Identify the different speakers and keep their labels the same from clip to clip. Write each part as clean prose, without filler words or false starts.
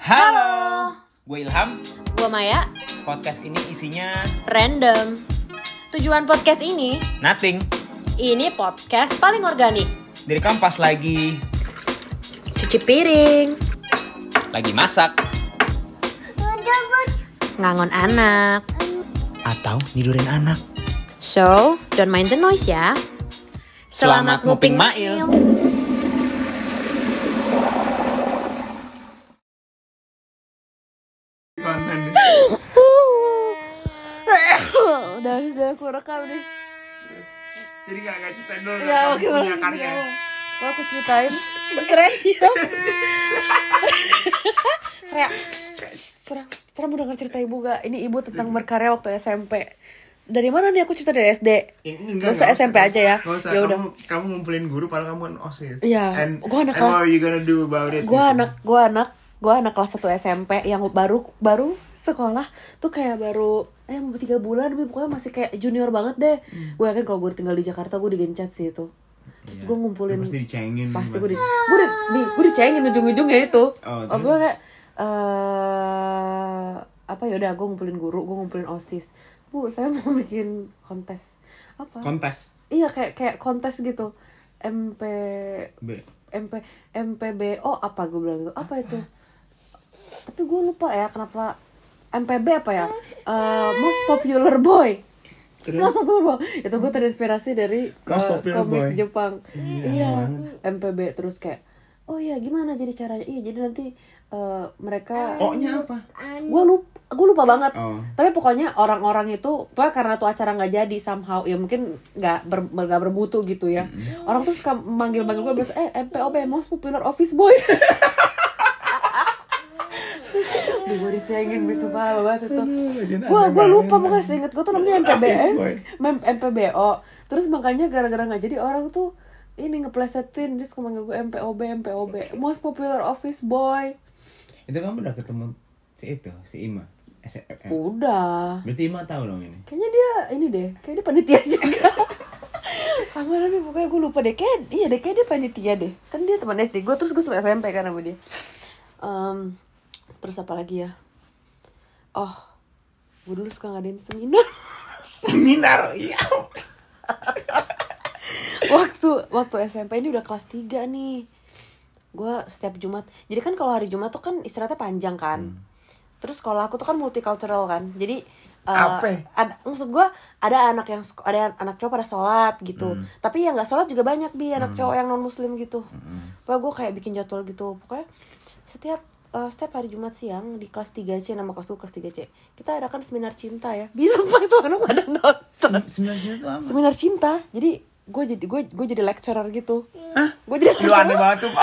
Speaker 1: Halo, gue Ilham.
Speaker 2: Gue Maya.
Speaker 1: Podcast ini isinya
Speaker 2: Random. Tujuan podcast ini
Speaker 1: nothing.
Speaker 2: Ini podcast paling organik.
Speaker 1: Direkam pas lagi
Speaker 2: Cuci piring,
Speaker 1: lagi masak,
Speaker 2: ngangon anak.
Speaker 1: atau nidurin anak.
Speaker 2: So, don't mind the noise ya.
Speaker 1: Selamat nguping Mail.
Speaker 2: Udah aku rekam nih.
Speaker 3: Terus, jadi gak ceritain dulu
Speaker 2: Ya,
Speaker 3: kamu
Speaker 2: oke,
Speaker 3: punya
Speaker 2: boleh.
Speaker 3: karya.
Speaker 2: Wah, aku ceritain. Sekarang mau denger cerita ibu gak? Ini ibu tentang berkarya waktu SMP. Dari mana nih aku cerita dari SD? Gak usah SMP aja ya.
Speaker 3: Gak usah,
Speaker 2: Ya udah.
Speaker 3: kamu ngumpulin guru padahal kamu kan OSIS.
Speaker 2: Iya,
Speaker 3: And
Speaker 2: gua anak
Speaker 3: and
Speaker 2: kelas-
Speaker 3: what are you gonna do about it?
Speaker 2: Gue
Speaker 3: gitu.
Speaker 2: anak kelas 1 SMP yang baru sekolah tuh kayak baru 3 bulan, tapi pokoknya masih kayak junior banget deh. Gue yakin kalau gue tinggal di Jakarta gue digencet sih itu. Terus gue ngumpulin,
Speaker 3: Pasti dicengin.
Speaker 2: pasti gue dicengin ujung-ujungnya itu.
Speaker 3: Oh,
Speaker 2: Gue kayak apa ya udah gue ngumpulin guru, gue ngumpulin OSIS. Bu, saya mau bikin kontes. Apa?
Speaker 3: Kontes.
Speaker 2: Iya kayak kontes gitu.
Speaker 3: B.
Speaker 2: MPBO apa gue bilang gitu. Apa itu? Tapi gue lupa ya kenapa MPB apa ya? Most Popular Boy.
Speaker 3: Terus?
Speaker 2: Most Popular Boy. Itu gue terinspirasi dari
Speaker 3: Most Popular
Speaker 2: komik
Speaker 3: Boy.
Speaker 2: Jepang.
Speaker 3: Iya.
Speaker 2: MPB terus kayak oh iya gimana jadi caranya? Iya jadi nanti mereka
Speaker 3: O-nya apa?
Speaker 2: gue lupa banget.
Speaker 3: Oh.
Speaker 2: Tapi pokoknya orang-orang itu pokoknya karena tuh acara nggak jadi somehow ya mungkin nggak bermutu gitu ya. Orang tuh suka manggil gue bilang MPOB Most Popular Office Boy. Gue dicengin sumpah banget itu. Gue lupa pokoknya seinget gue tuh namanya MPBO. Terus makanya gara-gara nggak jadi orang tuh ini ngeplesetin dia suka manggil gue MPOB Most Popular Office Boy.
Speaker 3: Itu kamu udah ketemu si Ima?
Speaker 2: Udah.
Speaker 3: Berarti Ima tahu dong ini?
Speaker 2: Kayaknya dia ini deh, kayak dia panitia juga. Sama namanya pokoknya gue lupa deh, kayak dia panitia deh. Kan dia teman SD gue, terus gue suka SMP kan sama dia. Terus apa lagi ya? Oh, gue dulu suka ngadain seminar.
Speaker 3: Seminar, iya.
Speaker 2: waktu SMP ini udah kelas 3 nih. Gue setiap Jumat. Jadi kan kalau hari Jumat tuh kan istirahatnya panjang kan. Terus kalau aku tuh kan multicultural kan. Jadi maksud gue ada anak cowok pada sholat gitu. Tapi yang nggak sholat juga banyak anak cowok yang non muslim gitu. Pokoknya gue kayak bikin jadwal gitu. Pokoknya setiap hari Jumat siang di kelas 3C, nama kelas gue kelas 3C, kita adakan seminar cinta ya. Bisa apa itu anak pada nonton.
Speaker 3: Seminar itu apa?
Speaker 2: Seminar cinta. Jadi gue jadi lecturer gitu.
Speaker 3: Hah?
Speaker 2: Gue jadi
Speaker 3: Lu aneh banget tuh, Pak.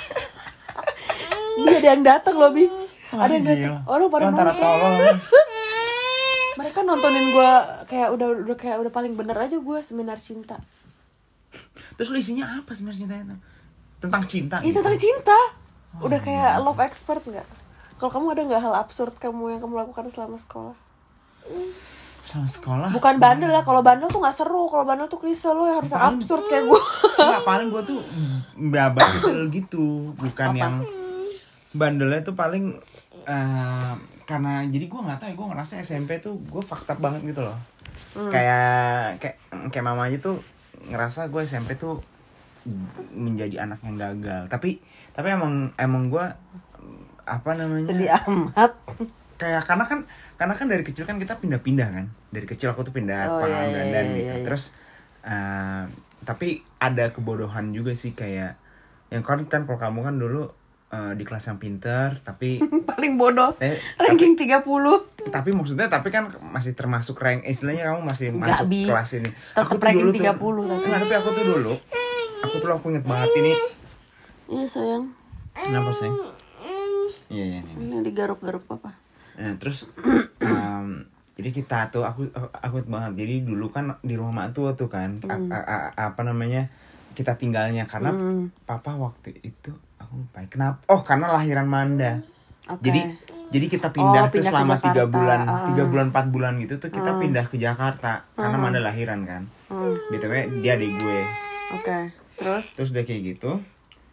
Speaker 2: Dia ada yang datang loh Bi. Ada yang datang.
Speaker 3: Gila.
Speaker 2: Orang pada
Speaker 3: Antara
Speaker 2: nonton.
Speaker 3: tolong.
Speaker 2: Mereka nontonin gue kayak udah paling bener aja gue seminar cinta.
Speaker 3: Terus lu isinya apa seminar cinta itu? Tentang cinta?
Speaker 2: Itu tentang cinta. Udah kayak love expert nggak? Kalau kamu ada nggak hal absurd yang kamu lakukan selama sekolah?
Speaker 3: Selama sekolah?
Speaker 2: Bukan bandel ya. Kalau bandel tuh nggak seru. Kalau bandel tuh klise lo yang harus absurd kayak gue.
Speaker 3: Enggak, paling gue tuh bandel gitu. Bukan
Speaker 2: Apa?
Speaker 3: yang bandelnya tuh paling karena jadi gue nggak tahu ya, gue ngerasa SMP tuh gue fucked up banget gitu loh. Kayak mama aja tuh ngerasa gue SMP tuh menjadi anak yang gagal. Tapi emang gue apa namanya?
Speaker 2: Sedih amat.
Speaker 3: Kayak karena kan dari kecil kan kita pindah-pindah kan. Dari kecil aku tuh pindah Pangandaran gitu.
Speaker 2: iya.
Speaker 3: Terus tapi ada kebodohan juga sih kayak yang kan kalau kamu kan dulu di kelas yang pinter tapi
Speaker 2: Paling bodoh.
Speaker 3: Eh,
Speaker 2: Ranking 30.
Speaker 3: tapi maksudnya kan masih termasuk rank istilahnya kamu masih
Speaker 2: Enggak,
Speaker 3: masuk
Speaker 2: Bi.
Speaker 3: kelas ini.
Speaker 2: Tetep
Speaker 3: Aku tuh
Speaker 2: ranking
Speaker 3: dulu
Speaker 2: 30
Speaker 3: tuh.
Speaker 2: tapi.
Speaker 3: Enggak, tapi aku inget banget ini.
Speaker 2: Iya sayang.
Speaker 3: Kenapa sih? Iya.
Speaker 2: Ini digaruk-garuk papa.
Speaker 3: Nah, terus jadi kita tuh aku inget banget. Jadi dulu kan di rumah mak tua tuh kan apa namanya kita tinggalnya karena papa waktu itu aku lupa kenapa. Oh, karena lahiran Manda.
Speaker 2: Okay.
Speaker 3: Jadi kita pindah tuh
Speaker 2: pindah ke
Speaker 3: selama 3
Speaker 2: Jakarta.
Speaker 3: bulan, 3 bulan 4 bulan gitu tuh kita pindah ke Jakarta karena Manda lahiran kan. BTW dia adik gue.
Speaker 2: Oke. Terus
Speaker 3: Terus udah kayak gitu.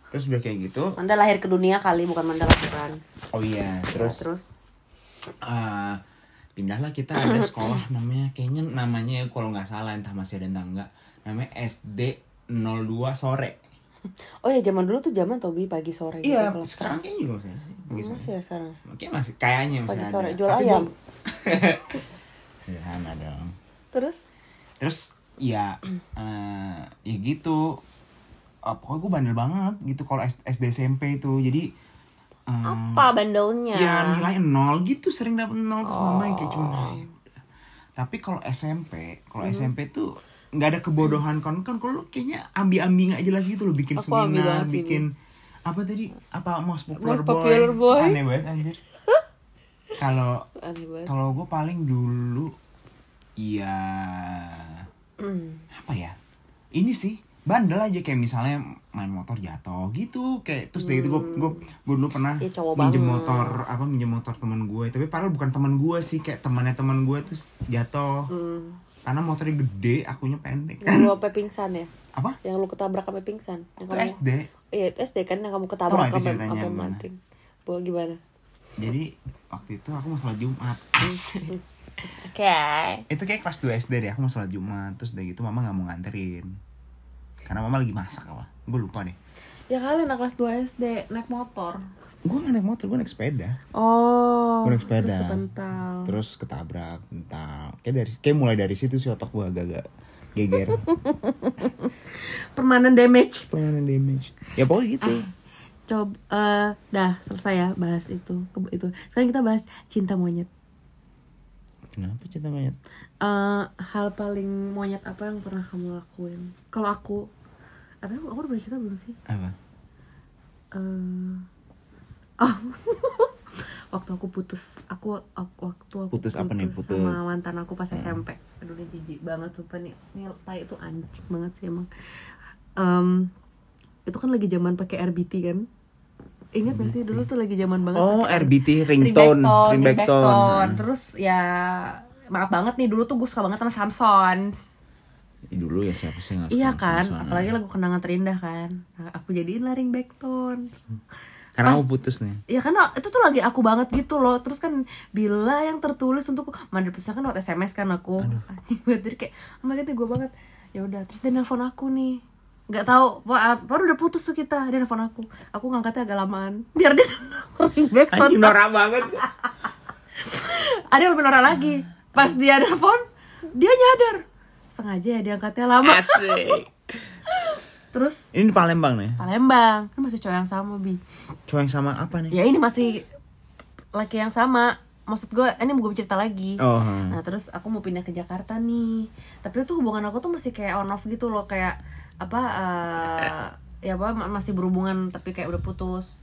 Speaker 3: Terus udah kayak gitu.
Speaker 2: Manda lahir ke dunia kali, bukan Manda lahiran.
Speaker 3: Oh iya, terus pindahlah kita ada sekolah namanya kalau nggak salah, entah masih ada entah enggak, namanya SD 02 sore.
Speaker 2: Oh ya, zaman dulu tuh zaman Tobi pagi sore gitu.
Speaker 3: Iya,
Speaker 2: kalau
Speaker 3: sekarang kayaknya juga
Speaker 2: masih ya sekarang.
Speaker 3: Mungkin kayaknya masih
Speaker 2: Pagi
Speaker 3: ada.
Speaker 2: sore jual
Speaker 3: Tapi
Speaker 2: ayam.
Speaker 3: Sederhana dong.
Speaker 2: Terus
Speaker 3: Ya gitu. Pokoknya gue bandel banget gitu kalau SD SMP itu. Jadi
Speaker 2: apa bandelnya?
Speaker 3: ya nilai 0 gitu, sering dapet 0 terus mama kayak cuma. Tapi kalau SMP tuh nggak ada kebodohan kan kalau kayaknya ambi-ambi nggak jelas gitu loh, bikin
Speaker 2: Aku ambi
Speaker 3: seminar,
Speaker 2: banget sih,
Speaker 3: bikin apa tadi, most popular
Speaker 2: boy.
Speaker 3: Aneh banget anjir. Kalau
Speaker 2: Aneh banget.
Speaker 3: kalau gue paling dulu ya apa ya, ini sih bandel aja, kayak misalnya main motor jatuh gitu, kayak terus dari itu gue dulu pernah
Speaker 2: Ya, cowok
Speaker 3: minjem
Speaker 2: banget.
Speaker 3: minjem motor teman gue, tapi padahal bukan teman gue sih, kayak temannya teman gue terus jatuh karena motornya gede, akunya pendek.
Speaker 2: Yang lu sampai pingsan ya?
Speaker 3: Apa?
Speaker 2: Yang lu ketabrak sampai pingsan. Yang
Speaker 3: Itu
Speaker 2: kamu-
Speaker 3: SD.
Speaker 2: Iya, itu SD kan yang kamu ketabrak
Speaker 3: Tahu nggak itu
Speaker 2: sampai
Speaker 3: ceritanya
Speaker 2: sampai
Speaker 3: gimana?
Speaker 2: manting. Boleh gimana?
Speaker 3: Jadi waktu itu aku mau sholat Jumat.
Speaker 2: Oke.
Speaker 3: Itu kayak kelas 2 SD deh, aku mau sholat Jumat. Terus udah gitu mama gak mau nganterin, karena mama lagi masak apa, gue lupa deh.
Speaker 2: Ya kali anak kelas 2 SD naik motor.
Speaker 3: Gue gak naik motor, gue naik sepeda.
Speaker 2: Oh.
Speaker 3: Gue naik sepeda.
Speaker 2: Terus kepental.
Speaker 3: Terus ketabrak, mental. Kayak mulai dari situ sih otak gue agak-agak geger.
Speaker 2: Permanent damage.
Speaker 3: Permanent damage. Ya pokoknya gitu.
Speaker 2: Coba dah selesai ya bahas itu. Sekarang kita bahas cinta monyet.
Speaker 3: Kenapa cinta monyet?
Speaker 2: Hal paling monyet apa yang pernah kamu lakuin? Kalau aku udah pernah cerita belum sih?
Speaker 3: Apa?
Speaker 2: Waktu aku putus
Speaker 3: Putus apa nih? Putus
Speaker 2: sama mantan aku pas SMP. Aduh, dia jijik banget sumpah nih. Ini tai itu anjing banget sih emang. Itu kan lagi zaman pakai RBT kan? Ingat gak sih dulu tuh lagi zaman banget pakai
Speaker 3: RBT ringtone.
Speaker 2: Terus ya maaf banget nih, dulu tuh gue suka banget sama Samson.
Speaker 3: Dulu ya siapa sih yang gak suka
Speaker 2: Iya
Speaker 3: sama
Speaker 2: kan,
Speaker 3: Samson?
Speaker 2: apalagi lagu Kenangan Terindah kan. Nah, aku jadiin lah ringtone.
Speaker 3: Karena aku putus nih.
Speaker 2: Ya karena itu tuh lagi aku banget gitu loh. Terus kan bila yang tertulis untukku, mana putusnya kan lewat SMS kan aku. Anjing banget, jadi kayak oh my god, gue banget. Ya udah, terus dia nelpon aku nih. Nggak tahu, baru udah putus tuh kita. Dia nelpon aku ngangkatnya agak lamaan biar dia
Speaker 3: Anjing norak banget.
Speaker 2: ada yang lebih norak lagi. Pas dia nelpon, dia nyadar sengaja ya dia angkatnya lama.
Speaker 3: Asik.
Speaker 2: Terus
Speaker 3: Ini di Palembang nih.
Speaker 2: Palembang, kan masih cowok yang sama Bi.
Speaker 3: Cowok yang sama apa nih?
Speaker 2: Ya ini masih laki yang sama. Maksud gue, ini gue cerita lagi.
Speaker 3: Oh.
Speaker 2: Nah terus aku mau pindah ke Jakarta nih. Tapi tuh hubungan aku tuh masih kayak on off gitu loh. Kayak masih berhubungan tapi kayak udah putus.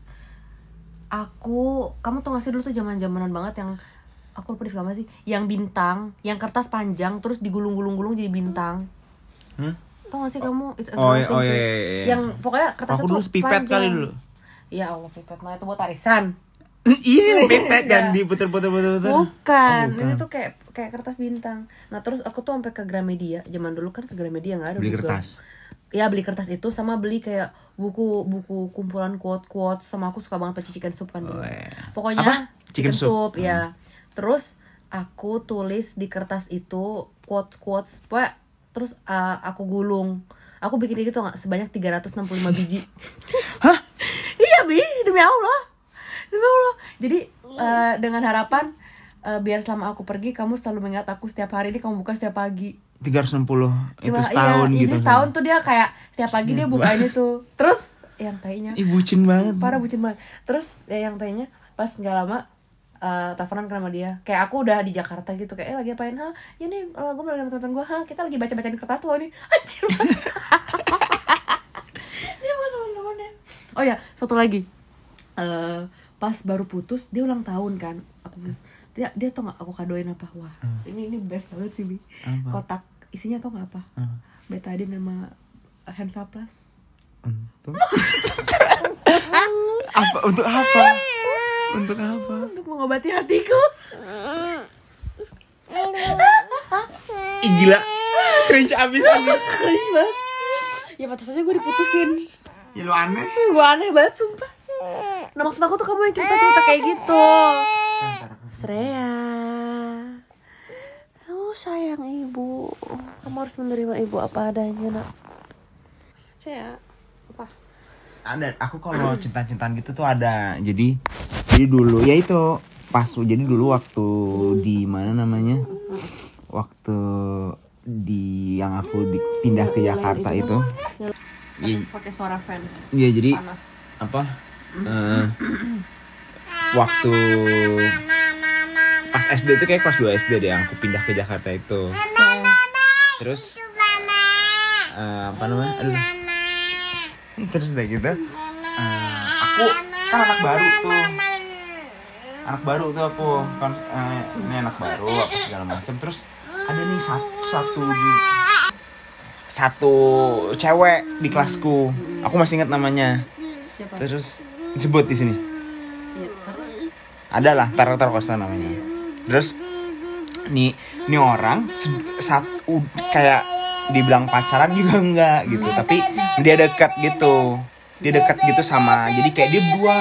Speaker 2: Kamu tau gak sih dulu tuh zaman-zamanan banget yang aku lupa di film apa sih, yang bintang, yang kertas panjang terus digulung-gulung-gulung jadi bintang.
Speaker 3: Hah?
Speaker 2: Tau gak sih kamu?
Speaker 3: Iya.
Speaker 2: Yang pokoknya kertasnya
Speaker 3: Aku
Speaker 2: tuh
Speaker 3: dulu pipet
Speaker 2: panjang.
Speaker 3: kali dulu.
Speaker 2: Ya Allah, pipet mah itu buat arisan.
Speaker 3: Iya, pipet yang diputer-puter.
Speaker 2: Bukan,
Speaker 3: Oh, bukan.
Speaker 2: ini tuh kayak kertas bintang. Nah terus aku tuh sampai ke Gramedia. Zaman dulu kan ke Gramedia nggak ada
Speaker 3: Beli
Speaker 2: Google.
Speaker 3: kertas.
Speaker 2: Ya beli kertas itu sama beli kayak buku kumpulan quote sama aku suka banget Chicken Soup kan dulu.
Speaker 3: Oh, iya.
Speaker 2: Pokoknya
Speaker 3: Apa? Chicken Soup.
Speaker 2: ya. Terus aku tulis di kertas itu quotes. Pokoknya terus aku gulung. Aku bikin gitu nggak sebanyak 365 biji.
Speaker 3: Hah?
Speaker 2: Iya Bi, demi Allah. Jadi dengan harapan biar selama aku pergi kamu selalu mengingat aku setiap hari ini, kamu buka setiap pagi.
Speaker 3: 360 itu setahun
Speaker 2: iya,
Speaker 3: gitu.
Speaker 2: Ini setahun tuh dia kayak setiap pagi dia bukain itu. Terus yang kayaknya
Speaker 3: bucin banget.
Speaker 2: parah, bucin banget. Terus yang kayaknya pas nggak lama teleponan sama dia. Kayak aku udah di Jakarta gitu, kayak lagi apain? Ya nih gue lagi sama teman-teman gue. Kita lagi baca-bacain kertas lo nih. Anjir banget. Dia sama teman-temannya. Oh ya, satu lagi. Pas baru putus dia ulang tahun kan. Aku putus. Dia tau gak aku kadoin apa? Wah, ini best banget sih Bi.
Speaker 3: Apa?
Speaker 2: Kotak isinya tau gak apa? Betadine sama Hansaplast.
Speaker 3: Untuk apa? Untuk apa? Untuk apa?
Speaker 2: Untuk mengobati hatiku.
Speaker 3: Gila. Cringe abis.
Speaker 2: Cringe banget. Ya pantas aja gue diputusin.
Speaker 3: Ya lu aneh.
Speaker 2: Gue aneh banget sumpah. Nah maksud aku tuh kamu yang cerita-cerita kayak gitu. Sreya, sayang ibu, kamu harus menerima ibu apa adanya nak. Sreya, apa?
Speaker 3: Ada, aku kalau cinta-cintaan gitu tuh ada. Jadi dulu ya itu pas, jadi dulu waktu di mana namanya, waktu di yang aku pindah ke Jakarta itu. Iya.
Speaker 2: Pakai suara fan.
Speaker 3: Iya jadi
Speaker 2: Panas.
Speaker 3: apa? Waktu pas SD itu kayak kelas 2 SD deh, aku pindah ke Jakarta itu. Terus apa namanya? Aduh. Terus udah gitu. Aku kan anak baru tuh. Anak baru tuh aku kan, ini anak baru apa segala macam. Terus ada nih satu cewek di kelasku. Aku masih ingat namanya.
Speaker 2: Siapa?
Speaker 3: Terus disebut di sini. Ada lah, taruh kosta namanya. Terus nih orang kayak dibilang pacaran juga enggak gitu, tapi dia dekat gitu. Dia dekat gitu sama, jadi kayak dia berdua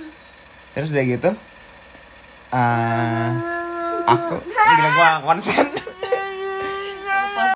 Speaker 3: terus udah gitu. Aku gila, gua konsen.